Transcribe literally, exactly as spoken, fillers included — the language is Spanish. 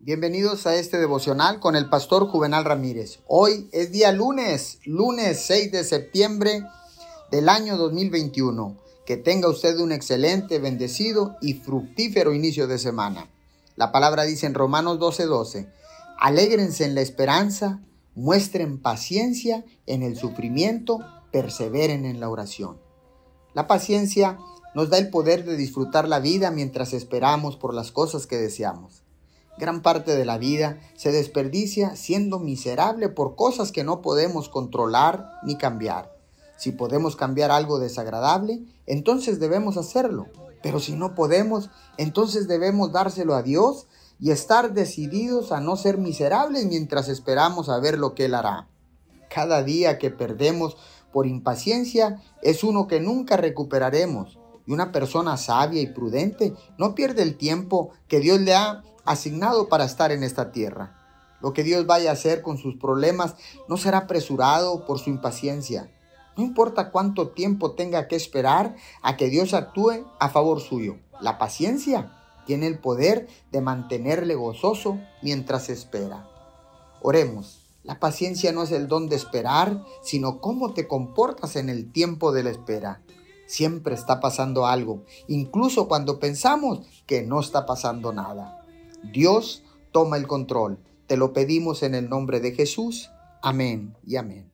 Bienvenidos a este devocional con el pastor Juvenal Ramírez. Hoy es día lunes, lunes seis de septiembre del año dos mil veintiuno. Que tenga usted un excelente, bendecido y fructífero inicio de semana. La palabra dice en Romanos doce doce, alégrense en la esperanza, muestren paciencia en el sufrimiento, perseveren en la oración. La paciencia nos da el poder de disfrutar la vida mientras esperamos por las cosas que deseamos. Gran parte de la vida se desperdicia siendo miserable por cosas que no podemos controlar ni cambiar. Si podemos cambiar algo desagradable, entonces debemos hacerlo. Pero si no podemos, entonces debemos dárselo a Dios y estar decididos a no ser miserables mientras esperamos a ver lo que Él hará. Cada día que perdemos por impaciencia es uno que nunca recuperaremos. Y una persona sabia y prudente no pierde el tiempo que Dios le ha asignado para estar en esta tierra. Lo que Dios vaya a hacer con sus problemas no será apresurado por su impaciencia. No importa cuánto tiempo tenga que esperar a que Dios actúe a favor suyo. La paciencia tiene el poder de mantenerle gozoso mientras espera. Oremos. La paciencia no es el don de esperar, sino cómo te comportas en el tiempo de la espera. Siempre está pasando algo, incluso cuando pensamos que no está pasando nada. Dios toma el control. Te lo pedimos en el nombre de Jesús. Amén y amén.